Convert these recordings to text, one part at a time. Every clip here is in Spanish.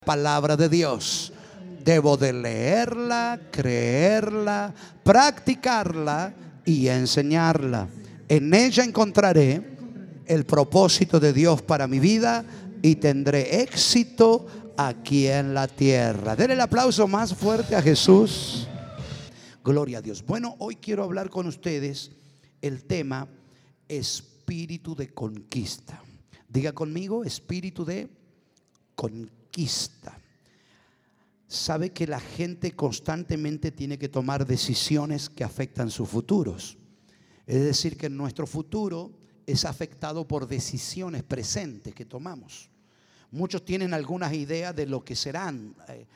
Palabra de Dios. Debo de leerla, creerla, practicarla y enseñarla. En ella encontraré el propósito de Dios para mi vida y tendré éxito aquí en la tierra. Denle el aplauso más fuerte a Jesús. Gloria a Dios. Bueno, hoy quiero hablar con ustedes el tema espíritu de conquista. Diga conmigo, espíritu de conquista. Sabe que la gente constantemente tiene que tomar decisiones que afectan sus futuros. Es decir, que nuestro futuro es afectado por decisiones presentes que tomamos. Muchos tienen algunas ideas de lo que serán,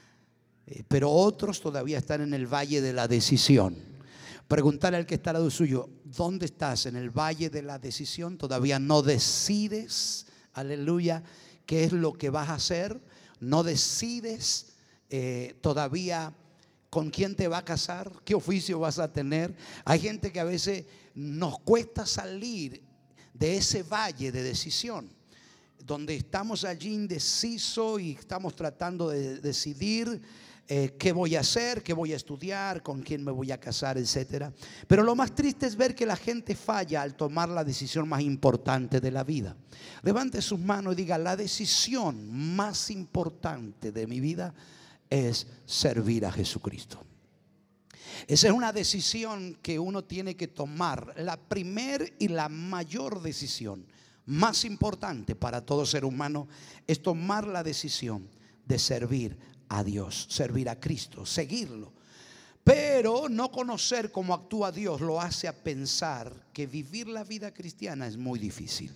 pero otros todavía están en el valle de la decisión. Preguntarle al que está al lado suyo: ¿dónde estás? En el valle de la decisión. Todavía no decides, aleluya, qué es lo que vas a hacer. No decides todavía con quién te va a casar, qué oficio vas a tener. Hay gente que a veces nos cuesta salir de ese valle de decisión, donde estamos allí indecisos y estamos tratando de decidir qué voy a hacer, qué voy a estudiar, con quién me voy a casar, etcétera. Pero lo más triste es ver que la gente falla al tomar la decisión más importante de la vida. Levante sus manos y diga: la decisión más importante de mi vida es servir a Jesucristo. Esa es una decisión que uno tiene que tomar. La primera y la mayor decisión más importante para todo ser humano es tomar la decisión de servir a Dios, servir a Cristo, seguirlo. Pero no conocer cómo actúa Dios lo hace a pensar que vivir la vida cristiana es muy difícil.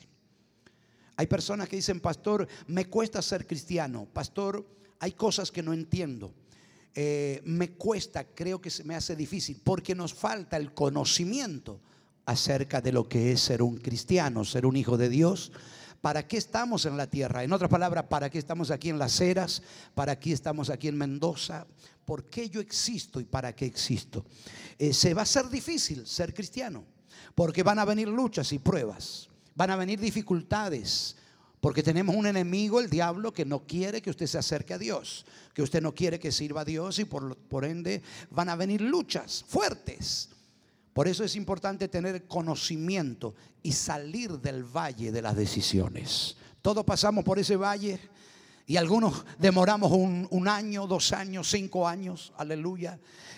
Hay personas que dicen: pastor, me cuesta ser cristiano. Pastor, hay cosas que no entiendo. Me cuesta, creo que se me hace difícil, porque nos falta el conocimiento acerca de lo que es ser un cristiano, ser un hijo de Dios. ¿Para qué estamos en la tierra? En otras palabras, ¿para qué estamos aquí en Las Heras? ¿Para qué estamos aquí en Mendoza? ¿Por qué yo existo y para qué existo? Se va a hacer difícil ser cristiano, porque van a venir luchas y pruebas, van a venir dificultades, porque tenemos un enemigo, el diablo, que no quiere que usted se acerque a Dios, que usted no quiere que sirva a Dios, y por ende van a venir luchas fuertes. Por eso es importante tener conocimiento y salir del valle de las decisiones. Todos pasamos por ese valle y algunos demoramos un año, 2 años, 5 años, aleluya,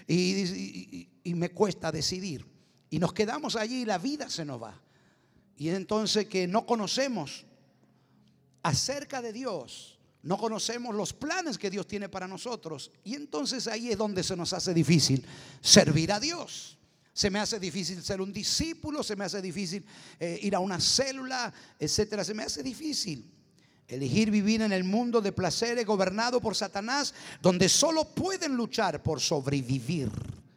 y me cuesta decidir. Y nos quedamos allí y la vida se nos va. Y entonces que no conocemos acerca de Dios, no conocemos los planes que Dios tiene para nosotros, y entonces ahí es donde se nos hace difícil servir a Dios. Se me hace difícil ser un discípulo, se me hace difícil ir a una célula, etcétera. Se me hace difícil elegir vivir en el mundo de placeres gobernado por Satanás, donde solo pueden luchar por sobrevivir.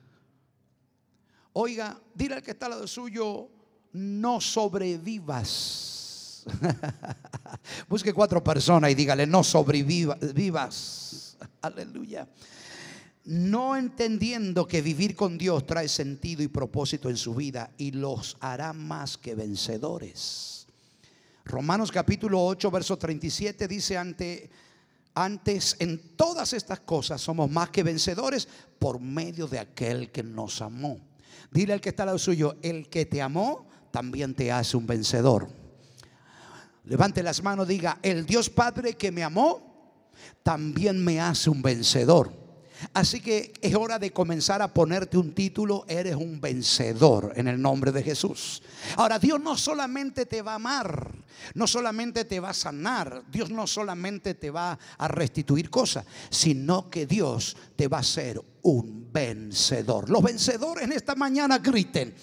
Oiga, dile al que está al lado suyo: no sobrevivas. Busque 4 personas y dígale: no sobrevivas. Aleluya. No entendiendo que vivir con Dios trae sentido y propósito en su vida y los hará más que vencedores. Romanos capítulo 8 verso 37 dice: antes en todas estas cosas somos más que vencedores por medio de aquel que nos amó. Dile al que está al lado suyo: el que te amó también te hace un vencedor. Levante las manos, diga: el Dios Padre que me amó también me hace un vencedor. Así que es hora de comenzar a ponerte un título: eres un vencedor en el nombre de Jesús. Ahora, Dios no solamente te va a amar, no solamente te va a sanar, Dios no solamente te va a restituir cosas, sino que Dios te va a hacer un vencedor. Los vencedores en esta mañana griten.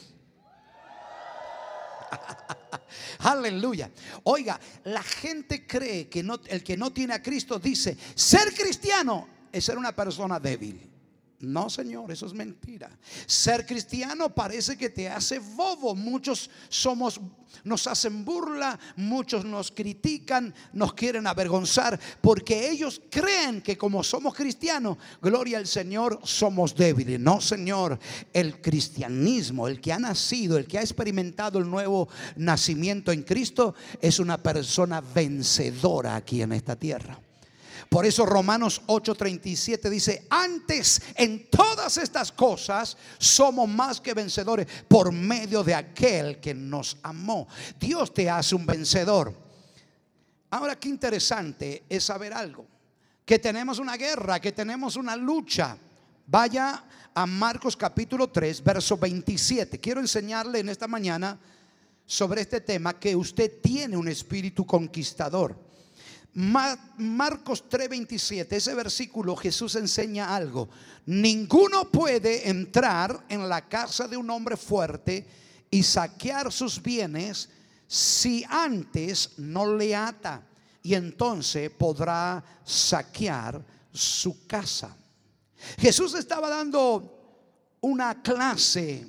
Aleluya. Oiga, la gente cree que el que no tiene a Cristo dice: ser cristiano es ser una persona débil. No, señor, eso es mentira. Ser cristiano parece que te hace bobo. Muchos nos hacen burla, muchos nos critican, nos quieren avergonzar, porque ellos creen que como somos cristianos, gloria al Señor, somos débiles. No, señor, el cristianismo, el que ha nacido, el que ha experimentado el nuevo nacimiento en Cristo, es una persona vencedora aquí en esta tierra. Por eso Romanos 8:37 dice: antes en todas estas cosas somos más que vencedores por medio de aquel que nos amó. Dios te hace un vencedor. Ahora, qué interesante es saber algo, que tenemos una guerra, que tenemos una lucha. Vaya a Marcos capítulo 3, verso 27. Quiero enseñarle en esta mañana sobre este tema, que usted tiene un espíritu conquistador. Marcos 3:27, ese versículo, Jesús enseña algo. Ninguno puede entrar en la casa de un hombre fuerte y saquear sus bienes si antes no le ata, y entonces podrá saquear su casa. Jesús estaba dando una clase.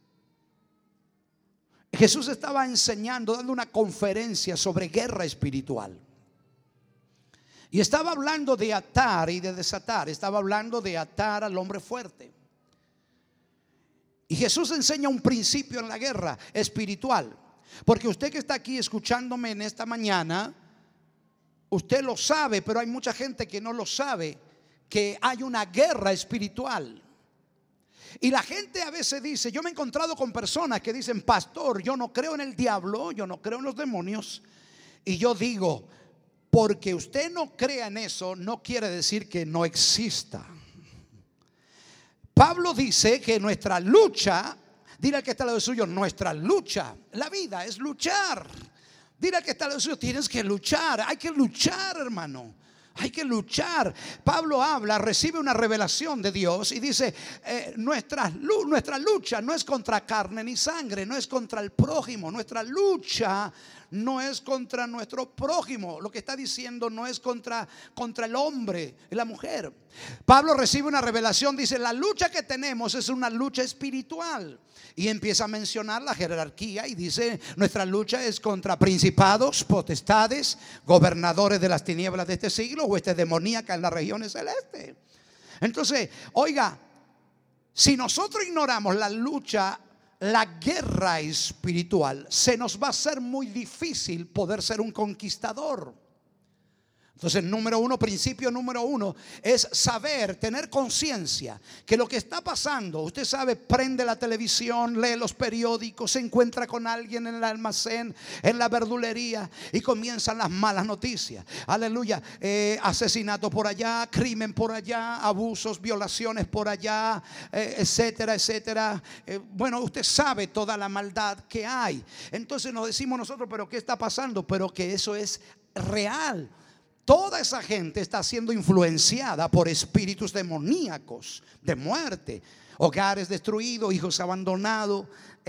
Jesús estaba enseñando, dando una conferencia sobre guerra espiritual. Y estaba hablando de atar y de desatar. Estaba hablando de atar al hombre fuerte. Y Jesús enseña un principio en la guerra espiritual. Porque usted que está aquí escuchándome en esta mañana, usted lo sabe, pero hay mucha gente que no lo sabe, que hay una guerra espiritual. Y la gente a veces dice, yo me he encontrado con personas que dicen: pastor, yo no creo en el diablo, yo no creo en los demonios. Y yo digo, porque usted no crea en eso, no quiere decir que no exista. Pablo dice que nuestra lucha, dile al que está al lado suyo, nuestra lucha, la vida es luchar. Dile al que está al lado suyo, tienes que luchar, hay que luchar, hermano. Hay que luchar. Pablo habla, recibe una revelación de Dios y dice: nuestra lucha no es contra carne ni sangre, no es contra el prójimo. Nuestra lucha no es contra nuestro prójimo. Lo que está diciendo no es contra el hombre y la mujer. Pablo recibe una revelación, dice: la lucha que tenemos es una lucha espiritual. Y empieza a mencionar la jerarquía y dice: nuestra lucha es contra principados, potestades, gobernadores de las tinieblas de este siglo, huestes demoníacas en las regiones celestes. Entonces, oiga, si nosotros ignoramos la lucha, la guerra espiritual, se nos va a hacer muy difícil poder ser un conquistador. Entonces, principio número uno es saber, tener conciencia que lo que está pasando, usted sabe, prende la televisión, lee los periódicos, se encuentra con alguien en el almacén, en la verdulería, y comienzan las malas noticias. Aleluya, asesinato por allá, crimen por allá, abusos, violaciones por allá, etcétera, etcétera. Bueno, usted sabe toda la maldad que hay. Entonces nos decimos nosotros: pero ¿qué está pasando? Pero que eso es real. Toda esa gente está siendo influenciada por espíritus demoníacos de muerte, hogares destruidos, hijos abandonados,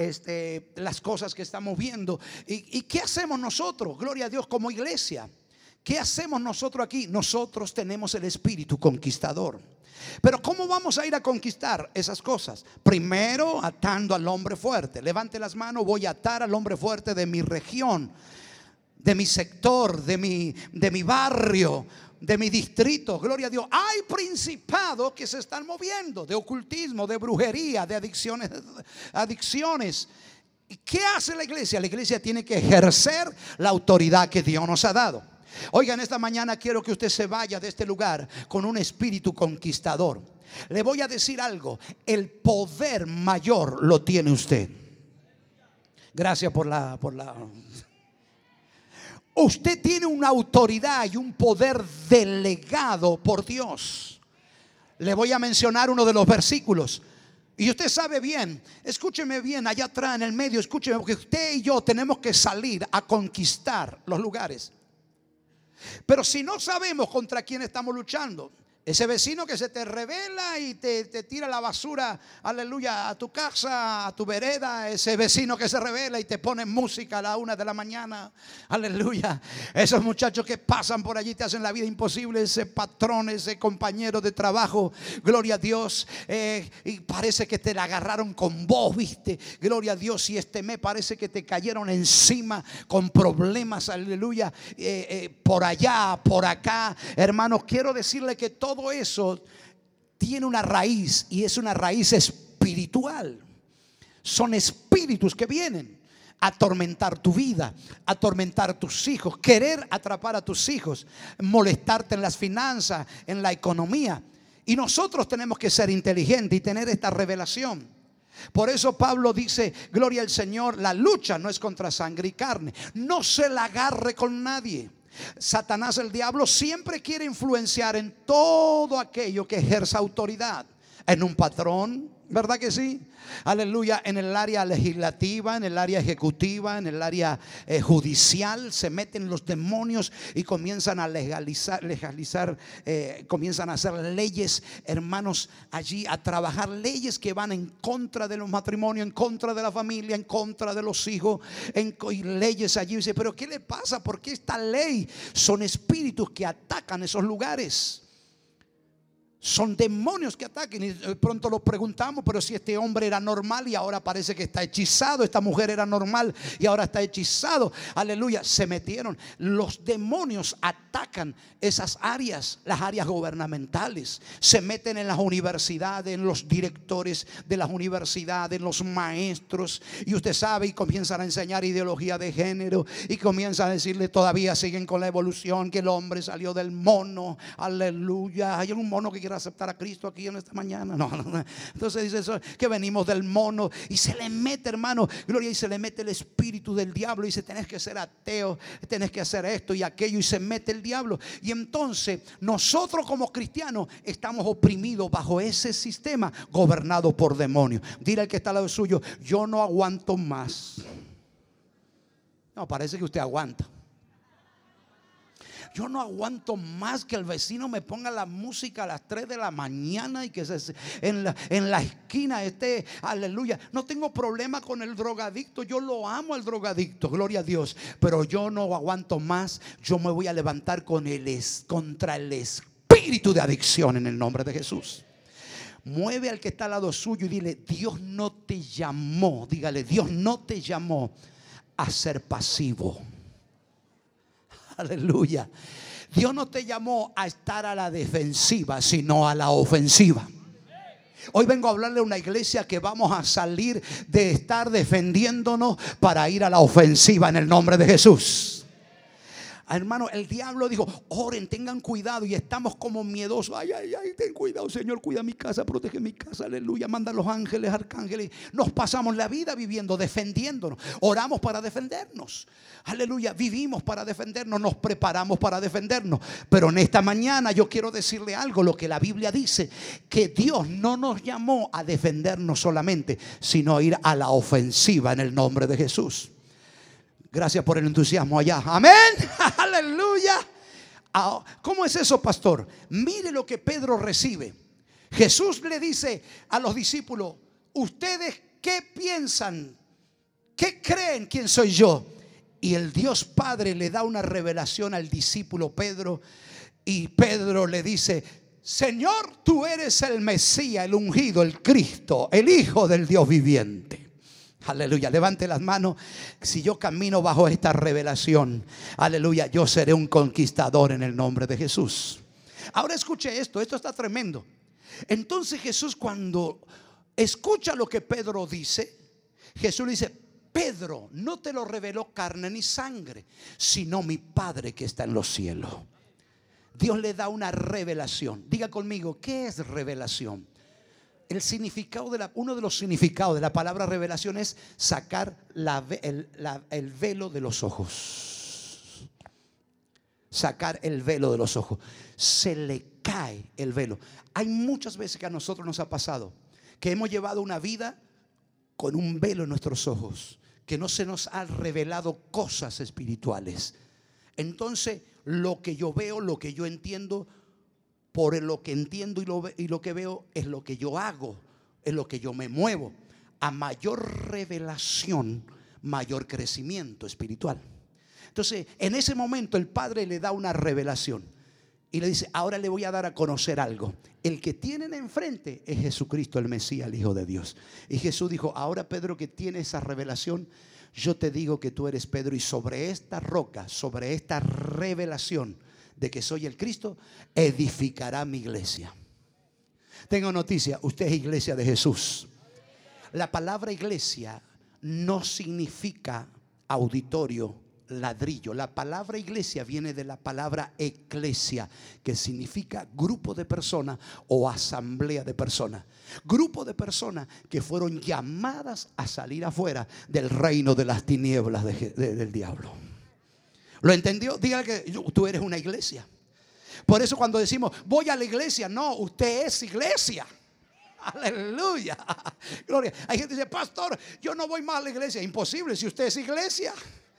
las cosas que estamos viendo. ¿Y qué hacemos nosotros? Gloria a Dios, como iglesia. ¿Qué hacemos nosotros aquí? Nosotros tenemos el espíritu conquistador. Pero ¿cómo vamos a ir a conquistar esas cosas? Primero, atando al hombre fuerte. Levante las manos: voy a atar al hombre fuerte de mi región, de mi sector, de mi barrio, de mi distrito. Gloria a Dios. Hay principados que se están moviendo, de ocultismo, de brujería, de adicciones. ¿Y qué hace la iglesia? La iglesia tiene que ejercer la autoridad que Dios nos ha dado. Oigan, esta mañana quiero que usted se vaya de este lugar con un espíritu conquistador. Le voy a decir algo: el poder mayor lo tiene usted. Gracias por la... Usted tiene una autoridad y un poder delegado por Dios. Le voy a mencionar uno de los versículos. Y usted sabe bien, escúcheme bien, allá atrás en el medio, escúcheme, porque usted y yo tenemos que salir a conquistar los lugares. Pero si no sabemos contra quién estamos luchando, ese vecino que se te revela y te tira la basura, aleluya, a tu casa, a tu vereda. Ese vecino que se revela y te pone música a la 1 de la mañana, aleluya. Esos muchachos que pasan por allí te hacen la vida imposible. Ese patrón, ese compañero de trabajo, gloria a Dios, y parece que te la agarraron con vos, viste, gloria a Dios. Y este mes parece que te cayeron encima con problemas, aleluya, por allá, por acá. Hermanos, quiero decirle que todo eso tiene una raíz, y es una raíz espiritual. Son espíritus que vienen. atormentar tu vida, atormentar tus hijos, querer atrapar a tus hijos, molestarte en las finanzas, en la economía. Y nosotros tenemos que ser inteligentes y tener esta revelación. Por eso Pablo dice, gloria al Señor, la lucha no es contra sangre y carne. No se la agarre con nadie. Satanás, el diablo, siempre quiere influenciar en todo aquello que ejerza autoridad. En un patrón, ¿verdad que sí? Aleluya. En el área legislativa, en el área ejecutiva, en el área judicial, se meten los demonios y comienzan a legalizar, comienzan a hacer leyes, hermanos, allí a trabajar leyes que van en contra de los matrimonios, en contra de la familia, en contra de los hijos, y leyes allí. Dice, pero ¿qué le pasa? ¿Por qué esta ley? Son espíritus que atacan esos lugares. Son demonios que atacan. Y pronto lo preguntamos, pero si este hombre era normal y ahora parece que está hechizado, esta mujer era normal y ahora está hechizado. Aleluya. Se metieron. Los demonios atacan esas áreas, las áreas gubernamentales. Se meten en las universidades, en los directores de las universidades, en los maestros. Y usted sabe, y comienzan a enseñar ideología de género. Y comienzan a decirle, todavía siguen con la evolución, que el hombre salió del mono. Aleluya. Hay un mono que quiere aceptar a Cristo aquí en esta mañana. No. Entonces dice eso, que venimos del mono. Y se le mete, hermano, gloria, y se le mete el espíritu del diablo. Y dice, tenés que ser ateo, tenés que hacer esto y aquello. Y se mete el diablo. Y entonces nosotros como cristianos estamos oprimidos bajo ese sistema gobernado por demonios. Dile al que está al lado suyo, yo no aguanto más. No, parece que usted aguanta. Yo no aguanto más que el vecino me ponga la música a las 3 de la mañana y que en la esquina esté, aleluya. No tengo problema con el drogadicto, yo lo amo al drogadicto, gloria a Dios. Pero yo no aguanto más. Yo me voy a levantar contra el espíritu de adicción en el nombre de Jesús. Mueve al que está al lado suyo y dile, Dios no te llamó, dígale, Dios no te llamó a ser pasivo. Aleluya. Dios no te llamó a estar a la defensiva, sino a la ofensiva. Hoy vengo a hablarle a una iglesia que vamos a salir de estar defendiéndonos para ir a la ofensiva en el nombre de Jesús. Hermano, el diablo dijo, oren, tengan cuidado, y estamos como miedosos. Ay, ten cuidado, Señor, cuida mi casa, protege mi casa, aleluya. Manda a los ángeles, arcángeles. Nos pasamos la vida viviendo, defendiéndonos. Oramos para defendernos, aleluya. Vivimos para defendernos, nos preparamos para defendernos. Pero en esta mañana yo quiero decirle algo, lo que la Biblia dice, que Dios no nos llamó a defendernos solamente, sino a ir a la ofensiva en el nombre de Jesús. Gracias por el entusiasmo allá. Amén. Aleluya. ¿Cómo es eso, pastor? Mire lo que Pedro recibe. Jesús le dice a los discípulos, ¿ustedes qué piensan? ¿Qué creen quién soy yo? Y el Dios Padre le da una revelación al discípulo Pedro. Y Pedro le dice, Señor, tú eres el Mesías, el ungido, el Cristo, el Hijo del Dios viviente. Aleluya, levante las manos. Si yo camino bajo esta revelación, aleluya, yo seré un conquistador en el nombre de Jesús. Ahora escuche esto está tremendo. Entonces Jesús, cuando escucha lo que Pedro dice, Jesús le dice, Pedro, no te lo reveló carne ni sangre, sino mi Padre que está en los cielos. Dios le da una revelación. Diga conmigo, ¿qué es revelación? El significado uno de los significados de la palabra revelación es sacar el velo de los ojos. Sacar el velo de los ojos. Se le cae el velo. Hay muchas veces que a nosotros nos ha pasado que hemos llevado una vida con un velo en nuestros ojos, que no se nos ha revelado cosas espirituales. Entonces, lo que yo veo, lo que yo entiendo, por lo que entiendo y lo que veo, es lo que yo hago, es lo que yo me muevo. A mayor revelación, mayor crecimiento espiritual. Entonces, en ese momento el Padre le da una revelación y le dice, ahora le voy a dar a conocer algo. El que tienen enfrente es Jesucristo, el Mesías, el Hijo de Dios. Y Jesús dijo, ahora Pedro, que tiene esa revelación, yo te digo que tú eres Pedro, y sobre esta roca, sobre esta revelación de que soy el Cristo, edificará mi iglesia. Tengo noticia, usted es iglesia de Jesús. La palabra iglesia no significa auditorio, ladrillo. La palabra iglesia viene de la palabra eclesia, que significa grupo de personas o asamblea de personas. Grupo de personas que fueron llamadas a salir afuera del reino de las tinieblas del diablo. ¿Lo entendió? Dígale que tú eres una iglesia. Por eso cuando decimos voy a la iglesia, no, usted es iglesia. Aleluya, gloria. Hay gente que dice, pastor, yo no voy más a la iglesia. Imposible si usted es iglesia.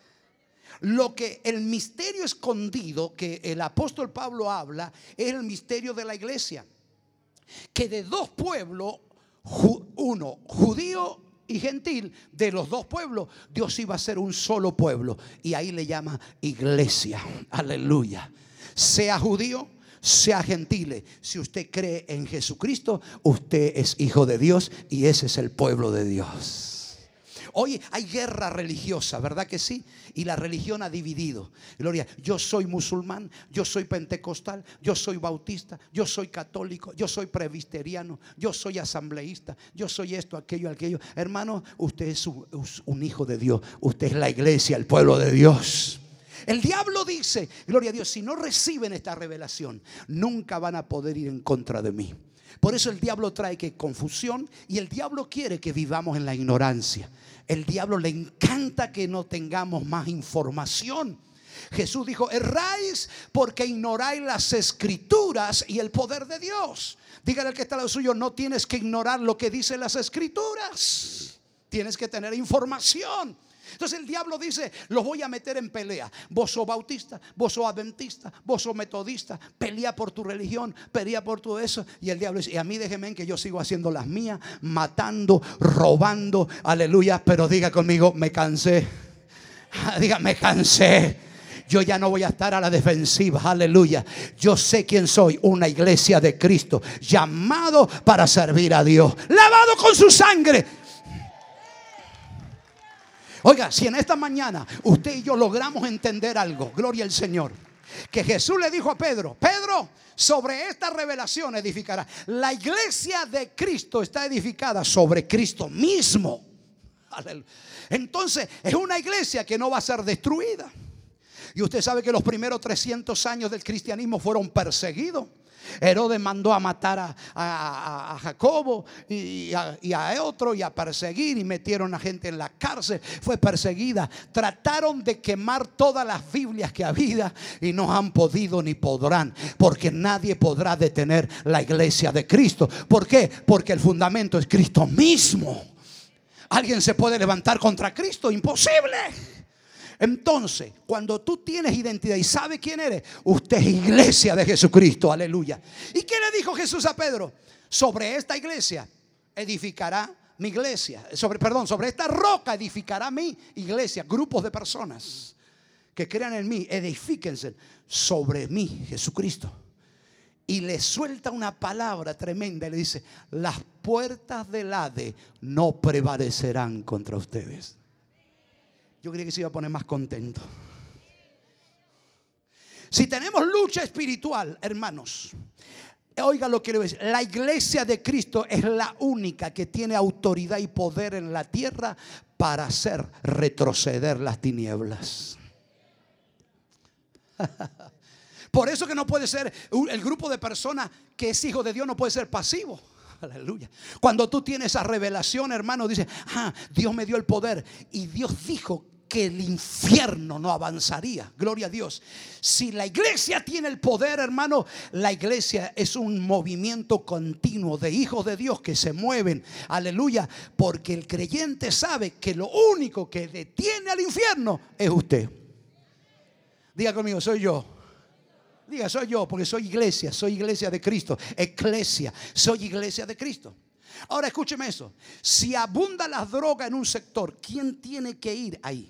Lo que el misterio escondido que el apóstol Pablo habla es el misterio de la iglesia, que de dos pueblos, uno judío y gentil, de los dos pueblos Dios iba a ser un solo pueblo, y ahí le llama iglesia. Aleluya. Sea judío, sea gentil, si usted cree en Jesucristo, usted es hijo de Dios y ese es el pueblo de Dios. Hoy hay guerra religiosa, ¿verdad que sí? Y la religión ha dividido. Gloria, yo soy musulmán, yo soy pentecostal, yo soy bautista, yo soy católico, yo soy presbiteriano, yo soy asambleísta, yo soy esto, aquello. Hermano, usted es un hijo de Dios. Usted es la iglesia, el pueblo de Dios. El diablo dice, gloria a Dios, si no reciben esta revelación, nunca van a poder ir en contra de mí. Por eso el diablo trae que confusión, y el diablo quiere que vivamos en la ignorancia. El diablo le encanta que no tengamos más información. Jesús dijo, erráis porque ignoráis las escrituras y el poder de Dios. Dígale al que está al lado suyo, no tienes que ignorar lo que dicen las escrituras. Tienes que tener información. Entonces el diablo dice, los voy a meter en pelea. Vos sos bautista, vos sos adventista, vos sos metodista, pelea por tu religión, pelea por todo eso. Y el diablo dice, y a mí déjeme que yo sigo haciendo las mías, matando, robando, aleluya. Pero diga conmigo, me cansé. Diga, me cansé. Yo ya no voy a estar a la defensiva, aleluya. Yo sé quién soy, una iglesia de Cristo, llamado para servir a Dios, lavado con su sangre. Oiga, si en esta mañana usted y yo logramos entender algo, gloria al Señor, que Jesús le dijo a Pedro, Pedro, sobre esta revelación edificará. La iglesia de Cristo está edificada sobre Cristo mismo. Entonces es una iglesia que no va a ser destruida. Y usted sabe que los primeros 300 años del cristianismo fueron perseguidos. Herodes mandó a matar a Jacobo y a otro, y a perseguir, y metieron a gente en la cárcel. Fue perseguida. Trataron de quemar todas las Biblias que había y no han podido ni podrán, porque nadie podrá detener la iglesia de Cristo. ¿Por qué? Porque el fundamento es Cristo mismo. ¿Alguien se puede levantar contra Cristo? Imposible. Entonces, cuando tú tienes identidad y sabes quién eres, usted es iglesia de Jesucristo, aleluya. ¿Y qué le dijo Jesús a Pedro? Sobre esta iglesia edificará mi iglesia. Sobre esta roca edificará mi iglesia. Grupos de personas que crean en mí, edifíquense sobre mí, Jesucristo. Y le suelta una palabra tremenda y le dice, las puertas del Hades no prevalecerán contra ustedes. Yo creía que se iba a poner más contento. Si tenemos lucha espiritual, hermanos, oiga lo que le voy a decir. La iglesia de Cristo es la única que tiene autoridad y poder en la tierra para hacer retroceder las tinieblas. Por eso que no puede ser el grupo de personas que es hijo de Dios, no puede ser pasivo. Aleluya. Cuando tú tienes esa revelación, hermano, dice, Dios me dio el poder y Dios dijo que el infierno no avanzaría. Gloria a Dios. Si la iglesia tiene el poder, hermano, la iglesia es un movimiento continuo de hijos de Dios que se mueven. Aleluya. Porque el creyente sabe que lo único que detiene al infierno es usted. Diga conmigo, soy yo. Diga, soy yo, porque soy iglesia de Cristo. Eclesia, soy iglesia de Cristo. Ahora escúcheme eso. Si abunda la droga en un sector, ¿quién tiene que ir ahí?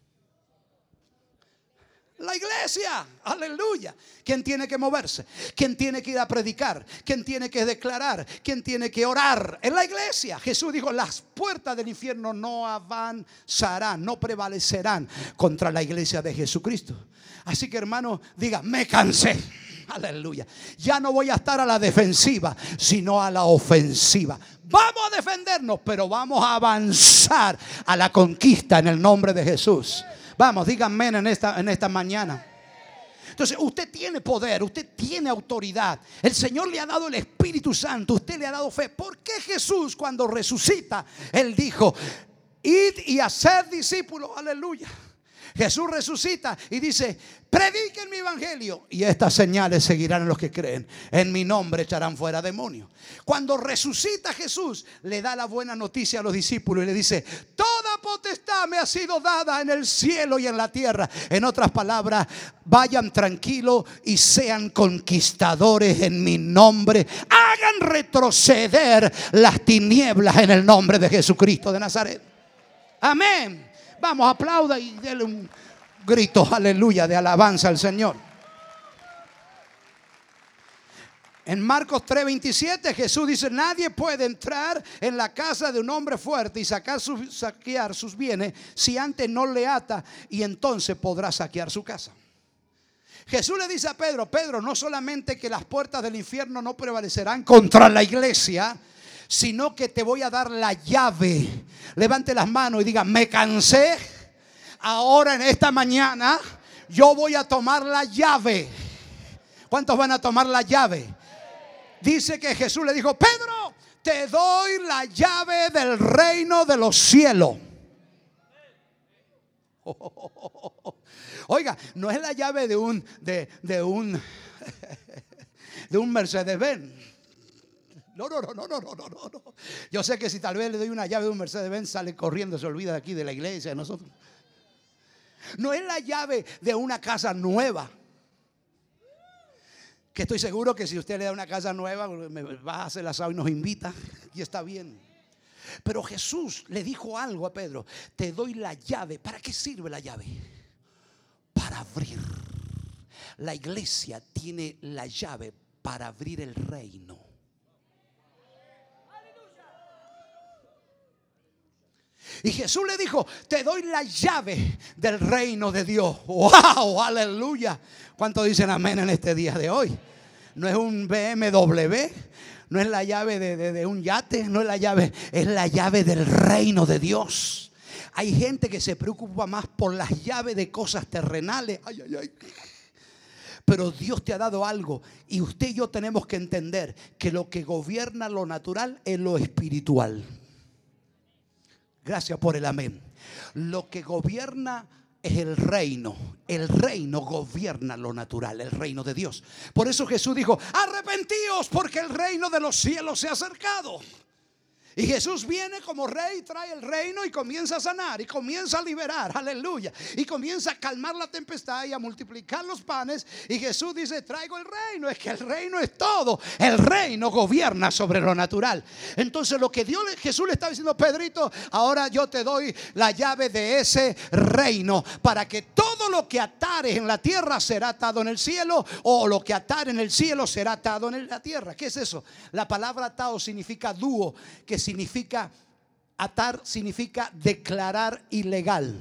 La iglesia, aleluya. ¿Quién tiene que moverse? ¿Quién tiene que ir a predicar? ¿Quién tiene que declarar? ¿Quién tiene que orar? En la iglesia. Jesús dijo, las puertas del infierno no avanzarán, no prevalecerán contra la iglesia de Jesucristo. Así que, hermano, diga, me cansé. Aleluya. Ya no voy a estar a la defensiva, sino a la ofensiva. Vamos a defendernos, pero vamos a avanzar a la conquista en el nombre de Jesús. Vamos, díganme en esta mañana. Entonces usted tiene poder, usted tiene autoridad. El Señor le ha dado el Espíritu Santo, usted le ha dado fe. ¿Por qué Jesús cuando resucita, Él dijo, id y haced discípulos? Aleluya. Jesús resucita y dice, prediquen mi evangelio y estas señales seguirán en los que creen. En mi nombre echarán fuera demonios. Cuando resucita Jesús, le da la buena noticia a los discípulos y le dice, toda potestad me ha sido dada en el cielo y en la tierra. En otras palabras, vayan tranquilos y sean conquistadores en mi nombre. Hagan retroceder las tinieblas en el nombre de Jesucristo de Nazaret. Amén. Vamos, aplauda y déle un grito, aleluya, de alabanza al Señor. En Marcos 3:27 Jesús dice, nadie puede entrar en la casa de un hombre fuerte y saquear sus bienes si antes no le ata, y entonces podrá saquear su casa. Jesús le dice a Pedro, Pedro, no solamente que las puertas del infierno no prevalecerán contra la iglesia, sino que te voy a dar la llave. Levante las manos y diga, me cansé. Ahora en esta mañana yo voy a tomar la llave. ¿Cuántos van a tomar la llave? Dice que Jesús le dijo, Pedro, te doy la llave del reino de los cielos. Oiga, no es la llave de un Mercedes-Benz. No. Yo sé que si tal vez le doy una llave de un Mercedes-Benz, sale corriendo, se olvida de aquí, de la iglesia, de nosotros. No es la llave de una casa nueva. Que estoy seguro que si usted le da una casa nueva, me va a hacer el asado y nos invita, y está bien. Pero Jesús le dijo algo a Pedro, te doy la llave. ¿Para qué sirve la llave? Para abrir. La iglesia tiene la llave para abrir el reino. Y Jesús le dijo, te doy la llave del reino de Dios. ¡Wow! ¡Aleluya! ¿Cuántos dicen amén en este día de hoy? No es un BMW, no es la llave de un yate, no es la llave, es la llave del reino de Dios. Hay gente que se preocupa más por las llaves de cosas terrenales. Ay. Pero Dios te ha dado algo, y usted y yo tenemos que entender que lo que gobierna lo natural es lo espiritual. Gracias por el amén. Lo que gobierna es el reino. El reino gobierna lo natural, el reino de Dios. Por eso Jesús dijo, arrepentíos porque el reino de los cielos se ha acercado. Y Jesús viene como rey, trae el reino y comienza a sanar y comienza a liberar, aleluya. Y comienza a calmar la tempestad y a multiplicar los panes. Y Jesús dice, traigo el reino. Es que el reino es todo. El reino gobierna sobre lo natural. Entonces lo que Jesús le estaba diciendo, Pedrito, ahora yo te doy la llave de ese reino, para que todo lo que atares en la tierra será atado en el cielo, o lo que atar en el cielo será atado en la tierra. ¿Qué es eso? La palabra atado significa dúo, que significa atar, significa declarar ilegal.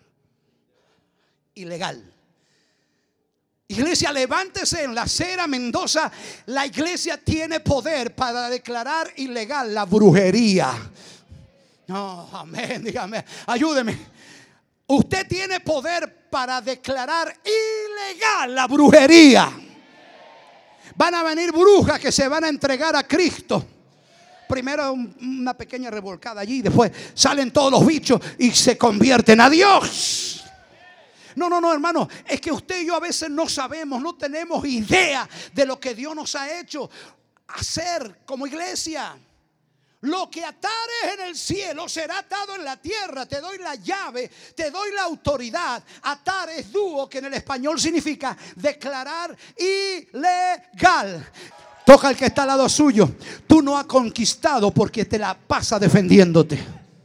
Ilegal. Iglesia, levántese en la acera Mendoza. La iglesia tiene poder para declarar ilegal la brujería. No, amén, dígame, ayúdeme. Usted tiene poder para declarar ilegal la brujería. Van a venir brujas que se van a entregar a Cristo. Primero una pequeña revolcada allí, después salen todos los bichos y se convierten a Dios. No, hermano, es que usted y yo a veces no sabemos, no tenemos idea de lo que Dios nos ha hecho hacer como iglesia. Lo que atares en el cielo será atado en la tierra. Te doy la llave, te doy la autoridad. Atar es dúo, que en el español significa declarar ilegal. Toca al que está al lado suyo. Tú no has conquistado porque te la pasas defendiéndote.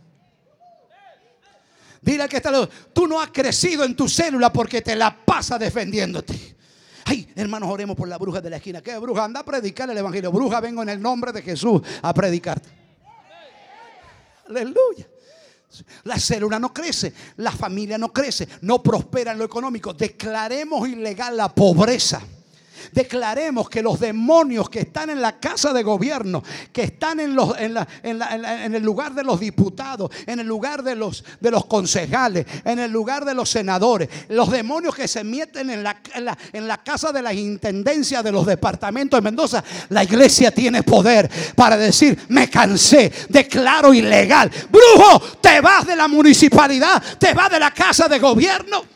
Dile al que está al lado, tú no has crecido en tu célula porque te la pasas defendiéndote. Ay, hermanos, oremos por la bruja de la esquina. ¿Qué bruja? Anda a predicar el evangelio. Bruja, vengo en el nombre de Jesús a predicarte. Aleluya. La célula no crece, la familia no crece, no prospera en lo económico. Declaremos ilegal la pobreza. Declaremos que los demonios que están en la casa de gobierno, que están en el lugar de los diputados, en el lugar de los concejales, en el lugar de los senadores, los demonios que se meten en la casa de la intendencia de los departamentos de Mendoza, la iglesia tiene poder para decir: me cansé, declaro ilegal. Brujo, te vas de la municipalidad, te vas de la casa de gobierno.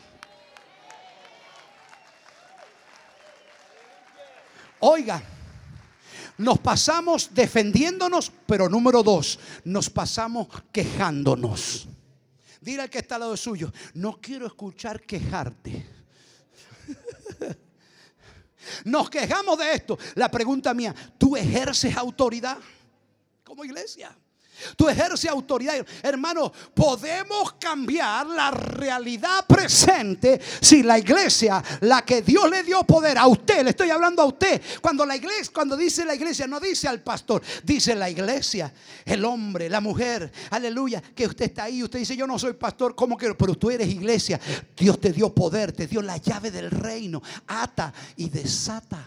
Oiga, nos pasamos defendiéndonos, pero número 2, nos pasamos quejándonos. Dile al que está al lado suyo: no quiero escuchar quejarte. Nos quejamos de esto. La pregunta mía: ¿tú ejerces autoridad como iglesia? Tú ejerces autoridad. Hermano, podemos cambiar la realidad presente si la iglesia, la que Dios le dio poder a usted, le estoy hablando a usted. Cuando dice la iglesia, no dice al pastor, dice la iglesia, el hombre, la mujer, aleluya, que usted está ahí. Usted dice: yo no soy pastor, ¿cómo que? Pero tú eres iglesia. Dios te dio poder, te dio la llave del reino. Ata y desata.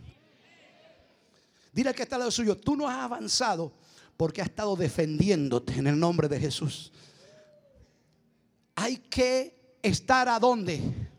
Dile al que está al lado suyo: tú no has avanzado porque has estado defendiéndote en el nombre de Jesús. Hay que estar ¿a dónde?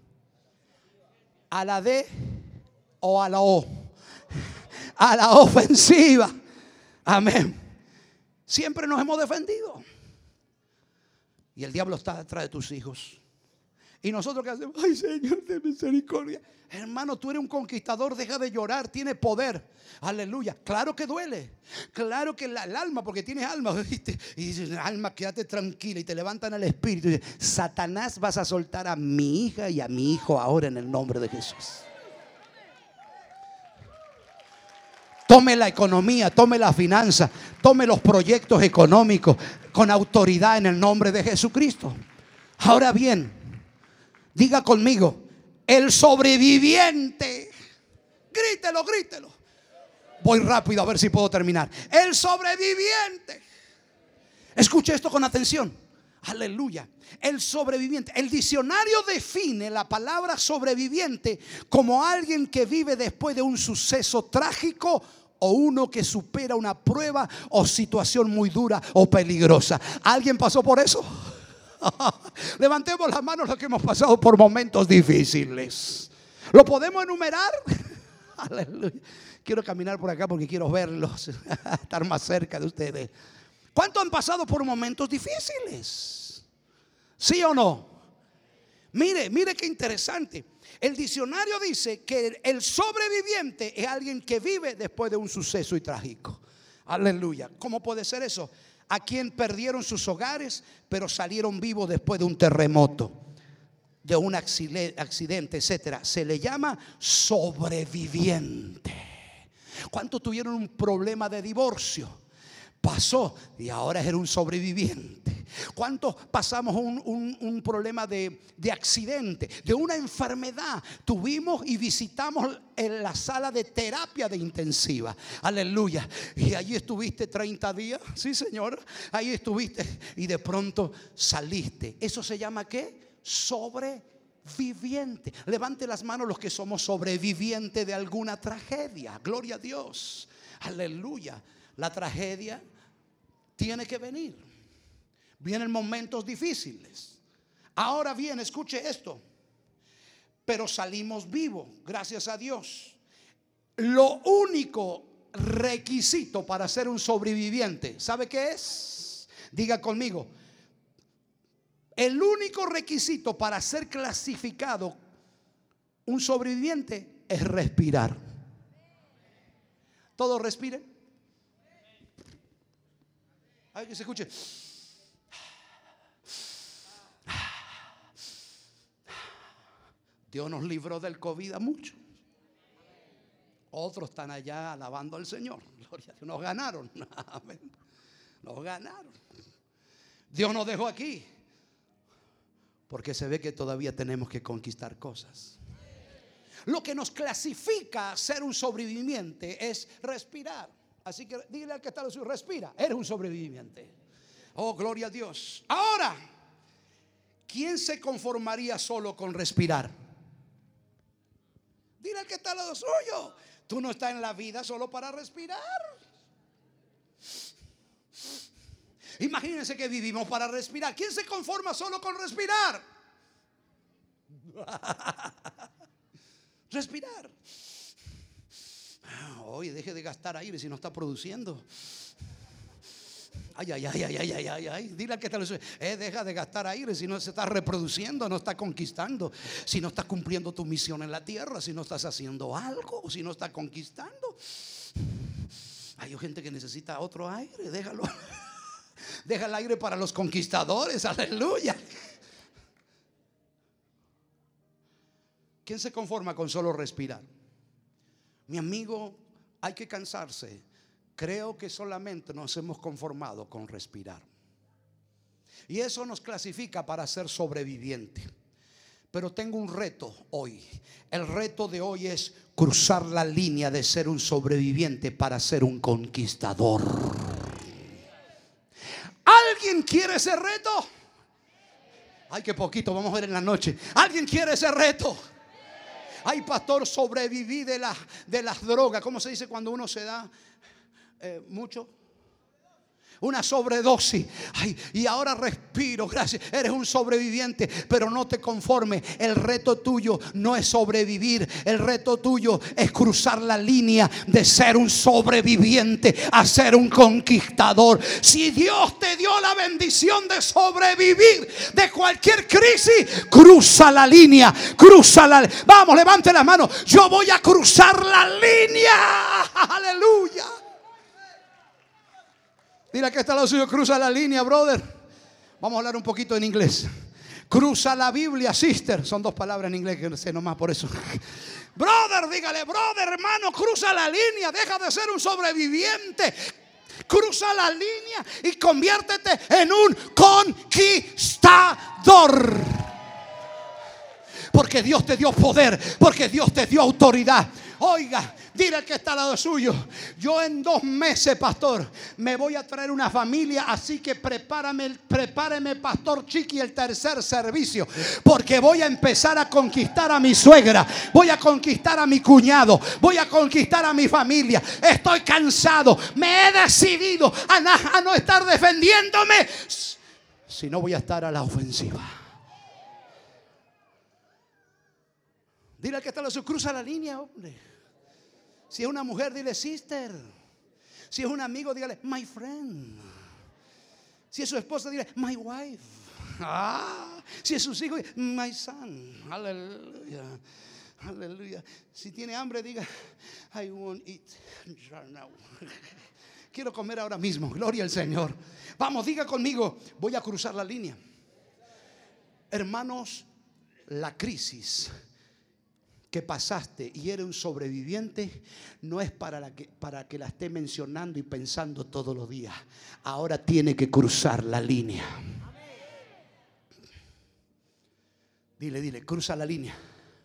¿A la D o a la O? A la ofensiva. Amén. Siempre nos hemos defendido. Y el diablo está detrás de tus hijos. Y nosotros, ¿qué hacemos? Ay, Señor, de misericordia. Hermano, tú eres un conquistador, deja de llorar, tiene poder. Aleluya. Claro que duele. Claro que el alma, porque tienes alma, ¿viste? Y dices: alma, quédate tranquila. Y te levantan el espíritu y dices: Satanás, vas a soltar a mi hija y a mi hijo ahora en el nombre de Jesús. Tome la economía, tome la finanza, tome los proyectos económicos con autoridad en el nombre de Jesucristo. Ahora bien, diga conmigo: el sobreviviente. Grítelo, grítelo. Voy rápido a ver si puedo terminar. El sobreviviente. Escuche esto con atención. Aleluya. El sobreviviente. El diccionario define la palabra sobreviviente como alguien que vive después de un suceso trágico o uno que supera una prueba o situación muy dura o peligrosa. ¿Alguien pasó por eso? Levantemos las manos los que hemos pasado por momentos difíciles. ¿Lo podemos enumerar? Aleluya. Quiero caminar por acá porque quiero verlos, estar más cerca de ustedes. ¿Cuántos han pasado por momentos difíciles? ¿Sí o no? Mire qué interesante. El diccionario dice que el sobreviviente es alguien que vive después de un suceso y trágico. Aleluya. ¿Cómo puede ser eso? A quien perdieron sus hogares, pero salieron vivos después de un terremoto, de un accidente, etcétera. Se le llama sobreviviente. ¿Cuántos tuvieron un problema de divorcio? Pasó y ahora era un sobreviviente. ¿Cuántos pasamos un problema de accidente, de una enfermedad? Tuvimos y visitamos en la sala de terapia de intensiva. Aleluya. Y allí estuviste 30 días. Sí, Señor. Ahí estuviste y de pronto saliste. ¿Eso se llama qué? Sobreviviente. Levante las manos los que somos sobrevivientes de alguna tragedia. Gloria a Dios. Aleluya. La tragedia tiene que venir. Vienen momentos difíciles. Ahora bien, escuche esto. Pero salimos vivos, gracias a Dios. Lo único requisito para ser un sobreviviente, ¿sabe qué es? Diga conmigo. El único requisito para ser clasificado un sobreviviente es respirar. ¿Todos respiren? Hay que se escuche. Dios nos libró del COVID a muchos. Otros están allá alabando al Señor. Gloria a Dios. Nos ganaron. Amén. Nos ganaron. Dios nos dejó aquí porque se ve que todavía tenemos que conquistar cosas. Lo que nos clasifica a ser un sobreviviente es respirar. Así que dile al que está al suyo: respira, eres un sobreviviente. Oh, gloria a Dios. Ahora, ¿quién se conformaría solo con respirar? Dile al que está al lado suyo: tú no estás en la vida solo para respirar. Imagínense que vivimos para respirar. ¿Quién se conforma solo con respirar? Respirar. Oye, deje de gastar aire si no está produciendo. Ay, ay, ay, ay, ay, ay, ay. Dile al que está al lado suyo: deja de gastar aire si no se está reproduciendo, no está conquistando, si no estás cumpliendo tu misión en la tierra, si no estás haciendo algo, si no estás conquistando. Hay gente que necesita otro aire. Déjalo. Deja el aire para los conquistadores. Aleluya. ¿Quién se conforma con solo respirar? Mi amigo, hay que cansarse. Creo que solamente nos hemos conformado con respirar, y eso nos clasifica para ser sobreviviente. Pero tengo un reto hoy. El reto de hoy es cruzar la línea de ser un sobreviviente para ser un conquistador. ¿Alguien quiere ese reto? Ay, qué poquito vamos a ver en la noche. ¿Alguien quiere ese reto? Ay, pastor, sobreviví de las drogas. ¿Cómo se dice cuando uno se da mucho? Una sobredosis. Ay, y ahora respiro. Gracias. Eres un sobreviviente, pero no te conformes. El reto tuyo no es sobrevivir. El reto tuyo es cruzar la línea de ser un sobreviviente a ser un conquistador. Si Dios te dio la bendición de sobrevivir de cualquier crisis, cruza la línea. Vamos, levante las manos. Yo voy a cruzar la línea. Aleluya. Dile que está al lado suyo: cruza la línea, brother. Vamos a hablar un poquito en inglés. Cruza la Biblia, sister. Son dos palabras en inglés que no sé nomás por eso. Brother, dígale: brother, hermano, cruza la línea. Deja de ser un sobreviviente. Cruza la línea y conviértete en un conquistador. Porque Dios te dio poder, porque Dios te dio autoridad. Oiga, dile al que está al lado suyo: yo en 2 meses, pastor, me voy a traer una familia, así que prepáreme, pastor Chiqui, el tercer servicio, porque voy a empezar a conquistar a mi suegra, voy a conquistar a mi cuñado, voy a conquistar a mi familia. Estoy cansado, me he decidido a no estar defendiéndome, si no voy a estar a la ofensiva. Dile al que está al lado suyo: cruza la línea, hombre. Si es una mujer, dile sister. Si es un amigo, dígale my friend. Si es su esposa, dile my wife. Si es sus hijos, my son. Aleluya. Aleluya. Si tiene hambre, diga I won't eat right now. Quiero comer ahora mismo. Gloria al Señor. Vamos, diga conmigo: voy a cruzar la línea. Hermanos, la crisis que pasaste y eres un sobreviviente no es para que la esté mencionando y pensando todos los días. Ahora tiene que cruzar la línea. Dile, cruza la línea.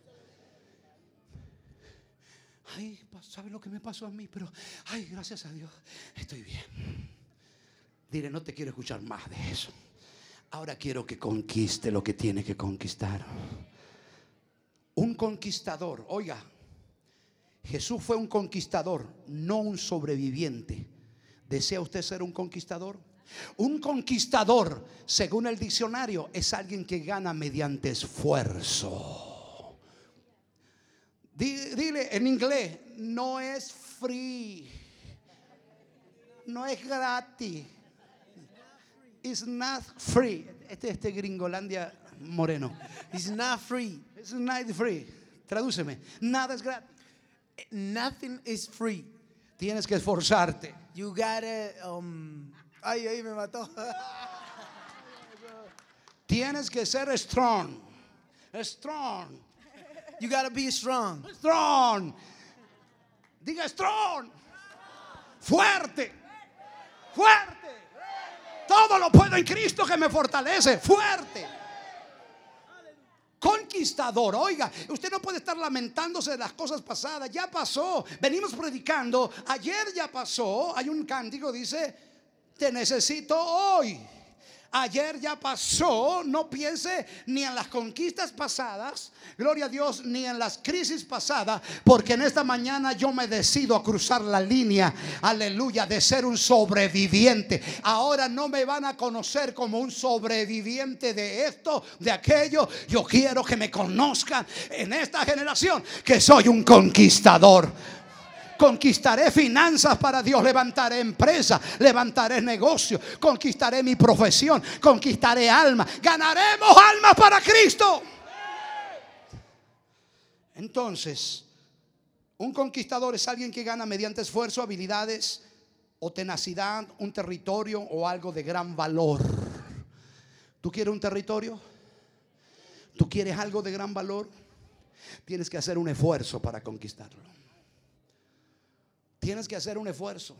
Ay, ¿sabe lo que me pasó a mí? Pero, ay, gracias a Dios, estoy bien. Dile: no te quiero escuchar más de eso. Ahora quiero que conquiste lo que tiene que conquistar. Un conquistador, oiga, Jesús fue un conquistador, no un sobreviviente. ¿Desea usted ser un conquistador? Un conquistador, según el diccionario, es alguien que gana mediante esfuerzo. Dile en inglés: no es free, no es gratis. It's not free. Este Gringolandia moreno. It's not free. It's not free. Tradúceme: nada es gratis. Nothing is free. Tienes que esforzarte. You gotta ahí me mató. Tienes que ser strong. Strong. You gotta be strong. Strong. Diga strong. Fuerte. Fuerte. Todo lo puedo en Cristo que me fortalece. Fuerte. Conquistador. Oiga, usted no puede estar lamentándose de las cosas pasadas. Ya pasó. Venimos predicando. Ayer ya pasó. Hay un cántico, dice: te necesito hoy. Ayer ya pasó. No piense ni en las conquistas pasadas, gloria a Dios, ni en las crisis pasadas, porque en esta mañana yo me decido a cruzar la línea, aleluya, de ser un sobreviviente. Ahora no me van a conocer como un sobreviviente de esto, de aquello. Yo quiero que me conozcan en esta generación que soy un conquistador. Conquistaré finanzas para Dios, levantaré empresas, levantaré negocios, conquistaré mi profesión, conquistaré almas, ganaremos almas para Cristo. Entonces, un conquistador es alguien que gana mediante esfuerzo, habilidades o tenacidad un territorio o algo de gran valor. ¿Tú quieres un territorio? ¿Tú quieres algo de gran valor? Tienes que hacer un esfuerzo para conquistarlo. Tienes que hacer un esfuerzo.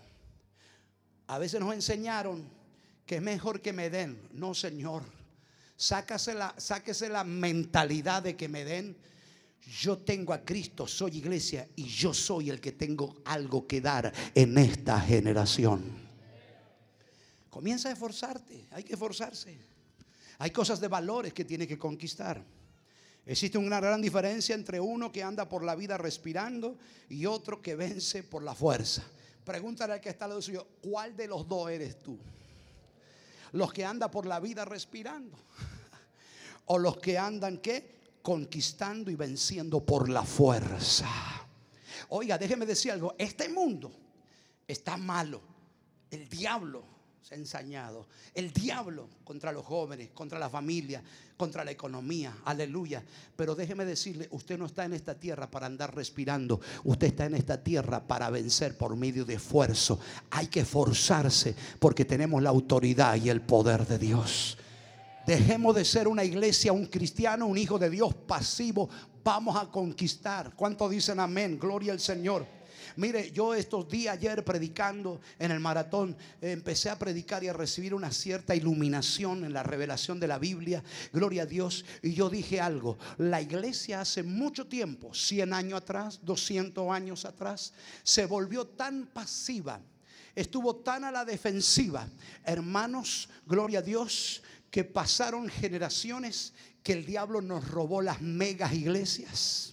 A veces nos enseñaron que es mejor que me den. No, Señor. Sáquese la mentalidad de que me den. Yo tengo a Cristo, soy iglesia y yo soy el que tengo algo que dar en esta generación. Comienza a esforzarte. Hay que esforzarse. Hay cosas de valores que tiene que conquistar. Existe una gran diferencia entre uno que anda por la vida respirando y otro que vence por la fuerza. Pregúntale al que está al lado suyo, ¿cuál de los dos eres tú? ¿Los que andan por la vida respirando? ¿O los que andan qué? Conquistando y venciendo por la fuerza. Oiga, déjeme decir algo. Este mundo está malo. El diablo se ha ensañado. El diablo contra los jóvenes, contra la familia, contra la economía, aleluya. Pero déjeme decirle, usted no está en esta tierra para andar respirando. Usted está en esta tierra para vencer por medio de esfuerzo. Hay que esforzarse porque tenemos la autoridad y el poder de Dios. Dejemos de ser una iglesia, un cristiano, un hijo de Dios pasivo. Vamos a conquistar. ¿Cuántos dicen amén? Gloria al Señor. Mire, yo estos días ayer predicando en el maratón, empecé a predicar y a recibir una cierta iluminación en la revelación de la Biblia. Gloria a Dios. Y yo dije algo. La iglesia hace mucho tiempo, 100 años atrás, 200 años atrás, se volvió tan pasiva, estuvo tan a la defensiva. Hermanos, gloria a Dios, que pasaron generaciones que el diablo nos robó las megas iglesias.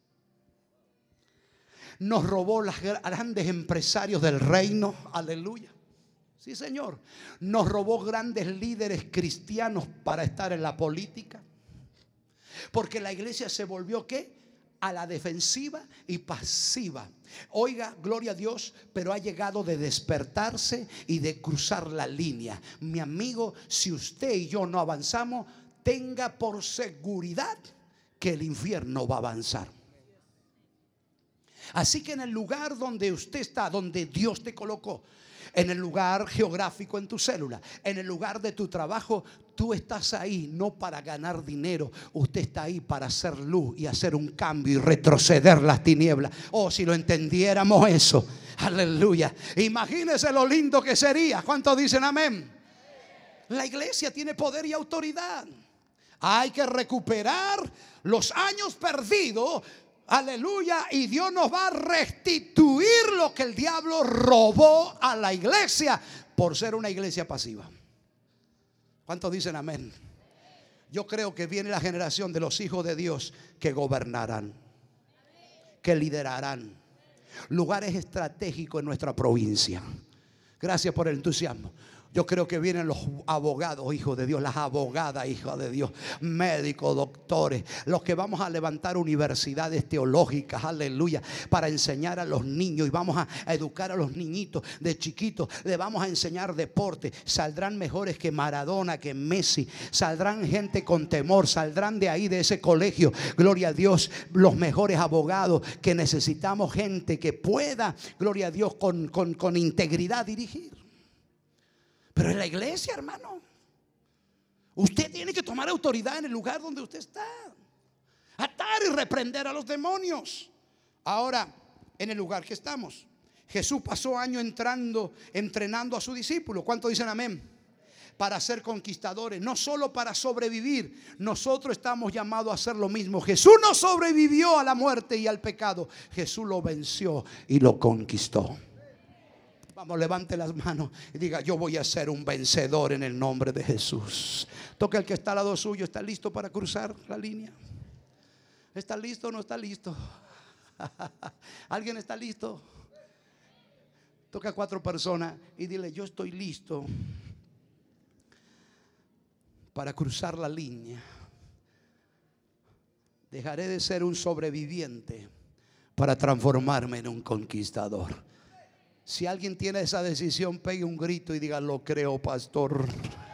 Nos robó los grandes empresarios del reino, aleluya. Sí, Señor. Nos robó grandes líderes cristianos para estar en la política. Porque la iglesia se volvió ¿qué? A la defensiva y pasiva. Oiga, gloria a Dios, pero ha llegado de despertarse y de cruzar la línea. Mi amigo, si usted y yo no avanzamos, tenga por seguridad que el infierno va a avanzar. Así que en el lugar donde usted está, donde Dios te colocó, en el lugar geográfico en tu célula, en el lugar de tu trabajo, tú estás ahí no para ganar dinero. Usted está ahí para hacer luz y hacer un cambio y retroceder las tinieblas. Oh, si lo entendiéramos eso, aleluya. Imagínese lo lindo que sería. ¿Cuántos dicen amén? La iglesia tiene poder y autoridad. Hay que recuperar los años perdidos. Aleluya, y Dios nos va a restituir lo que el diablo robó a la iglesia por ser una iglesia pasiva. ¿Cuántos dicen amén? Yo creo que viene la generación de los hijos de Dios que gobernarán, que liderarán lugares estratégicos en nuestra provincia. Gracias por el entusiasmo. Yo creo que vienen los abogados, hijos de Dios, las abogadas, hijos de Dios, médicos, doctores, los que vamos a levantar universidades teológicas, aleluya, para enseñar a los niños y vamos a educar a los niñitos de chiquitos. Le vamos a enseñar deporte. Saldrán mejores que Maradona, que Messi. Saldrán gente con temor, saldrán de ahí, de ese colegio, gloria a Dios, los mejores abogados. Que necesitamos gente que pueda, gloria a Dios, con integridad dirigir. Pero en la iglesia, hermano, usted tiene que tomar autoridad en el lugar donde usted está. Atar y reprender a los demonios. Ahora, en el lugar que estamos, Jesús pasó años entrenando a sus discípulos. ¿Cuántos dicen amén? Para ser conquistadores, no solo para sobrevivir. Nosotros estamos llamados a hacer lo mismo. Jesús no sobrevivió a la muerte y al pecado. Jesús lo venció y lo conquistó. Vamos, levante las manos y diga: yo voy a ser un vencedor en el nombre de Jesús. Toca el que está al lado suyo. ¿Está listo para cruzar la línea? ¿Está listo o no está listo? ¿Alguien está listo? Toca a 4 personas y dile: yo estoy listo para cruzar la línea. Dejaré de ser un sobreviviente para transformarme en un conquistador. Si alguien tiene esa decisión, pegue un grito y diga: lo creo, pastor.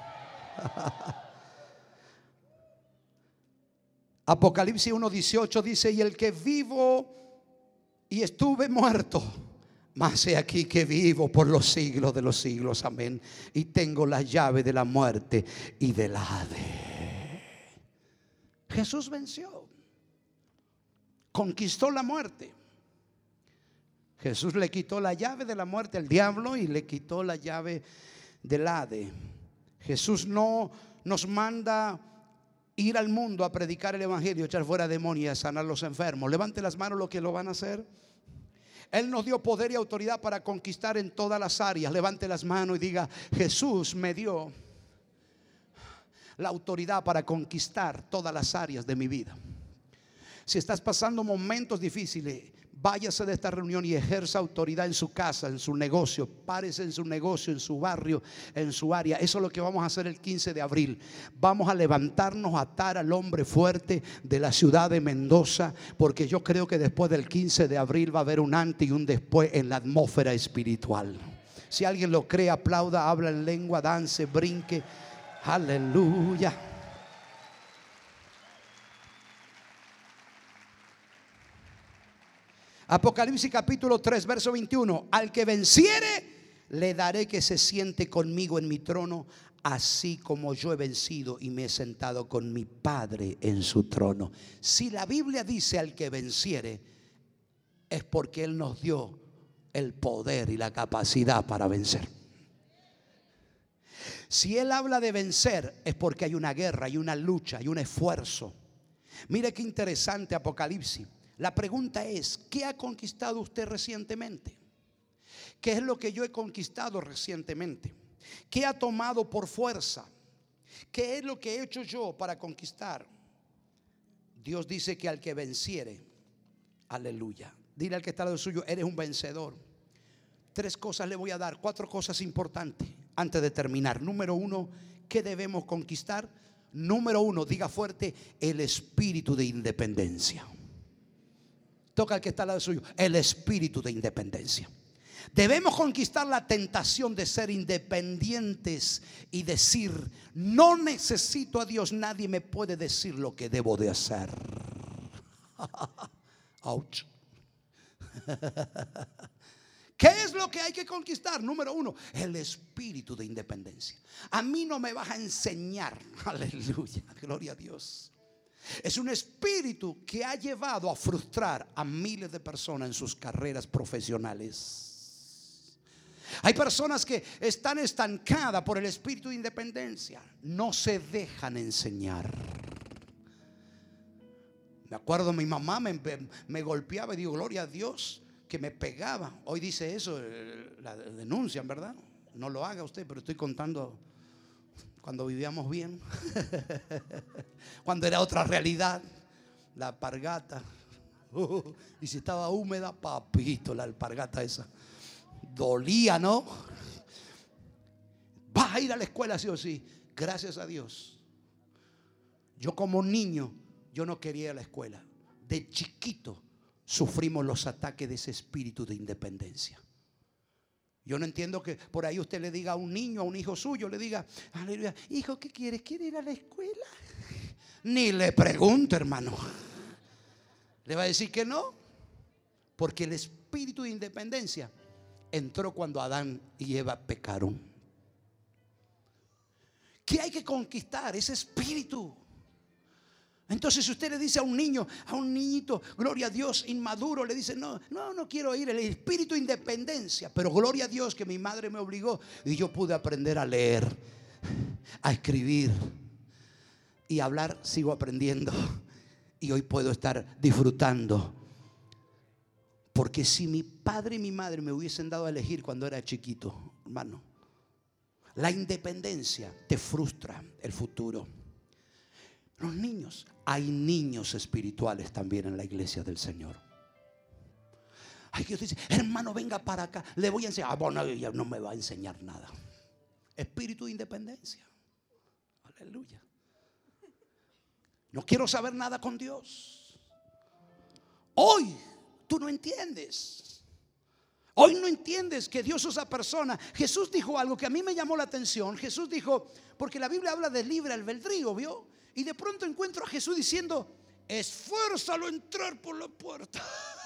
Apocalipsis 1:18 dice: y el que vivo y estuve muerto, mas he aquí que vivo por los siglos de los siglos, amén, y tengo la llave de la muerte y del Hades. Jesús venció, conquistó la muerte. Jesús le quitó la llave de la muerte al diablo y le quitó la llave del Hades. Jesús no nos manda ir al mundo a predicar el evangelio, echar fuera demonios y a sanar los enfermos. Levante las manos los que lo van a hacer. Él nos dio poder y autoridad para conquistar en todas las áreas. Levante las manos y diga: Jesús me dio la autoridad para conquistar todas las áreas de mi vida. Si estás pasando momentos difíciles, váyase de esta reunión y ejerza autoridad en su casa, en su negocio. Párese en su negocio, en su barrio, en su área. Eso es lo que vamos a hacer el 15 de abril. Vamos a levantarnos, a atar al hombre fuerte de la ciudad de Mendoza, porque yo creo que después del 15 de abril va a haber un antes y un después en la atmósfera espiritual. Si alguien lo cree, aplauda, habla en lengua, dance, brinque. Aleluya. Apocalipsis capítulo 3 verso 21: al que venciere le daré que se siente conmigo en mi trono, así como yo he vencido y me he sentado con mi Padre en su trono. Si la Biblia dice al que venciere, es porque Él nos dio el poder y la capacidad para vencer. Si Él habla de vencer, es porque hay una guerra, hay una lucha, hay un esfuerzo. Mire qué interesante Apocalipsis. La pregunta es: ¿qué ha conquistado usted recientemente? ¿Qué es lo que yo he conquistado recientemente? ¿Qué ha tomado por fuerza? ¿Qué es lo que he hecho yo para conquistar? Dios dice que al que venciere, aleluya. Dile al que está al lado suyo: eres un vencedor. 3 cosas le voy a dar, 4 cosas importantes antes de terminar. Número 1, ¿qué debemos conquistar? Número 1, diga fuerte: el espíritu de independencia. Toca al que está al lado suyo: el espíritu de independencia. Debemos conquistar la tentación de ser independientes y decir: no necesito a Dios, nadie me puede decir lo que debo de hacer. Ouch. ¿Qué es lo que hay que conquistar? Número 1, el espíritu de independencia. A mí no me vas a enseñar, aleluya, gloria a Dios. Es un espíritu que ha llevado a frustrar a miles de personas en sus carreras profesionales. Hay personas que están estancadas por el espíritu de independencia. No se dejan enseñar. Me acuerdo, mi mamá me golpeaba y digo: gloria a Dios que me pegaba. Hoy dice eso, la denuncian, ¿verdad? No lo haga usted, pero estoy contando cuando vivíamos bien. Cuando era otra realidad. La alpargata. Y si estaba húmeda, papito, la alpargata esa dolía, ¿no? Vas a ir a la escuela sí o sí. Gracias a Dios, yo como niño, yo no quería ir a la escuela. De chiquito sufrimos los ataques de ese espíritu de independencia. Yo no entiendo que por ahí usted le diga a un niño, a un hijo suyo, le diga: aleluya, hijo, ¿qué quieres? ¿Quiere ir a la escuela? Ni le pregunte, hermano. Le va a decir que no, porque el espíritu de independencia entró cuando Adán y Eva pecaron. ¿Qué hay que conquistar? Ese espíritu. Entonces, si usted le dice a un niño, a un niñito, gloria a Dios, inmaduro, le dice: no quiero ir, el espíritu de independencia. Pero gloria a Dios que mi madre me obligó y yo pude aprender a leer, a escribir y a hablar. Sigo aprendiendo y hoy puedo estar disfrutando Porque si mi padre y mi madre me hubiesen dado a elegir cuando era chiquito, hermano, la independencia te frustra el futuro. Los niños, hay niños espirituales también en la iglesia del Señor. Hay que decir, hermano, venga para acá, le voy a enseñar. Bueno, ella no me va a enseñar nada. Espíritu de independencia. Aleluya. No quiero saber nada con Dios. Hoy tú no entiendes. Hoy no entiendes que Dios es esa persona. Jesús dijo algo que a mí me llamó la atención. Jesús dijo, porque la Biblia habla de libre albedrío, ¿vio? Y de pronto encuentro a Jesús diciendo, esfuérzalo a entrar por la puerta.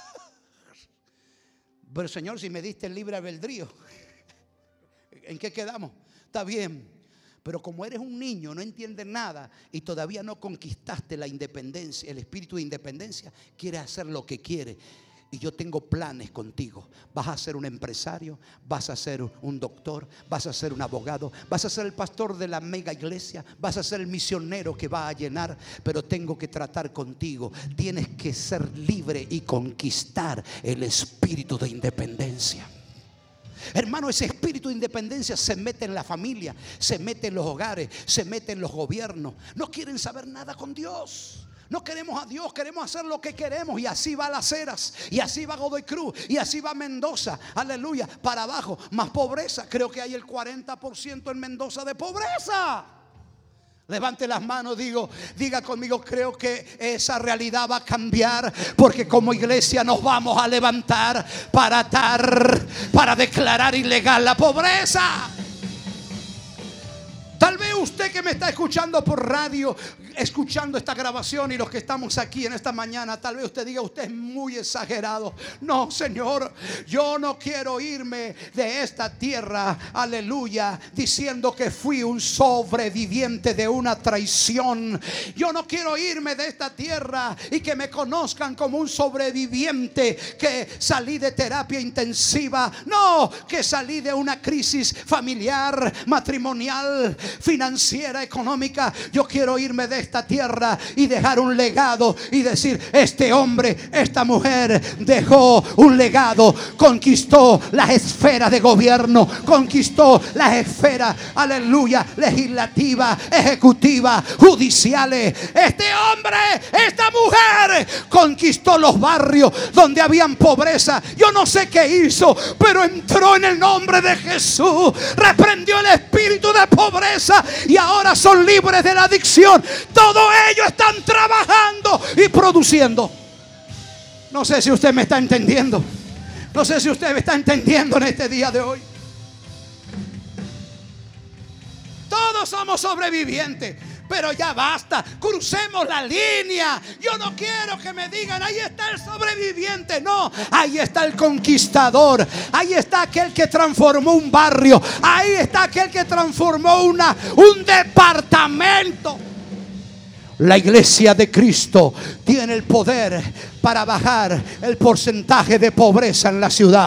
Pero Señor, si me diste el libre albedrío, ¿en qué quedamos? Está bien, pero como eres un niño, no entiendes nada y todavía no conquistaste la independencia, el espíritu de independencia, quieres hacer lo que quieres. Y yo tengo planes contigo. Vas a ser un empresario, vas a ser un doctor, vas a ser un abogado, vas a ser el pastor de la mega iglesia, vas a ser el misionero que va a llenar. Pero tengo que tratar contigo. Tienes que ser libre y conquistar el espíritu de independencia. Hermano, ese espíritu de independencia se mete en la familia, se mete en los hogares, se mete en los gobiernos. No quieren saber nada con Dios. No queremos a Dios, queremos hacer lo que queremos. Y así va Las Heras, y así va Godoy Cruz, y así va Mendoza. Aleluya, para abajo, más pobreza. Creo que hay el 40% en Mendoza de pobreza. Levante las manos, diga conmigo, creo que esa realidad va a cambiar. Porque como iglesia nos vamos a levantar para declarar ilegal la pobreza. Tal vez usted que me está escuchando por radio, escuchando esta grabación, y los que estamos aquí en esta mañana, tal vez usted diga, usted es muy exagerado. No, Señor, yo no quiero irme de esta tierra, aleluya, diciendo que fui un sobreviviente de una traición. Yo no quiero irme de esta tierra y que me conozcan como un sobreviviente que salí de terapia intensiva. No, que salí de una crisis familiar, matrimonial, financiera, económica. Yo quiero irme de esta tierra y dejar un legado y decir, este hombre, esta mujer dejó un legado, conquistó las esferas de gobierno, conquistó las esferas, aleluya, legislativa, ejecutiva, judiciales. Este hombre, esta mujer conquistó los barrios donde habían pobreza. Yo no sé qué hizo, pero entró en el nombre de Jesús, reprendió el espíritu de pobreza y ahora son libres de la adicción. Todos ellos están trabajando y produciendo. No sé si usted me está entendiendo. No sé si usted me está entendiendo en este día de hoy. Todos somos sobrevivientes. Pero ya basta, crucemos la línea. Yo no quiero que me digan, ahí está el sobreviviente. No, ahí está el conquistador. Ahí está aquel que transformó un barrio. Ahí está aquel que transformó un departamento. La iglesia de Cristo tiene el poder para bajar el porcentaje de pobreza en la ciudad.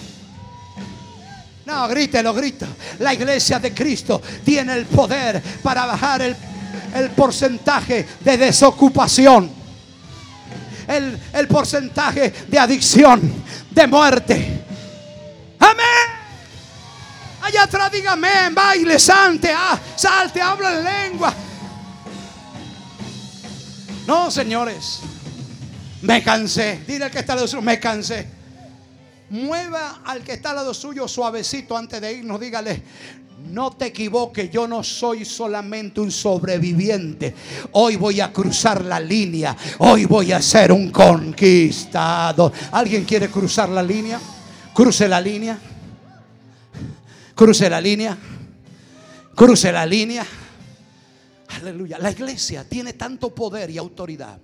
No, grítelo. La iglesia de Cristo tiene el poder para bajar el porcentaje de desocupación, el porcentaje de adicción, de muerte. Amén. Allá atrás diga amén, baile, salte, habla en lengua. No, señores, me cansé. Dile al que está al lado suyo, me cansé. Mueva al que está al lado suyo suavecito antes de irnos, dígale, no te equivoques, yo no soy solamente un sobreviviente. Hoy voy a cruzar la línea. Hoy voy a ser un conquistador. ¿Alguien quiere cruzar la línea? Cruce la línea. Cruce la línea. Cruce la línea. Aleluya. La iglesia tiene tanto poder y autoridad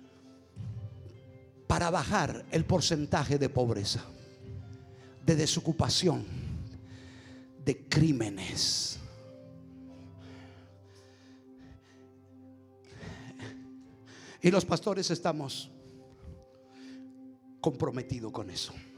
para bajar el porcentaje de pobreza, de desocupación, de crímenes. Y los pastores estamos comprometidos con eso.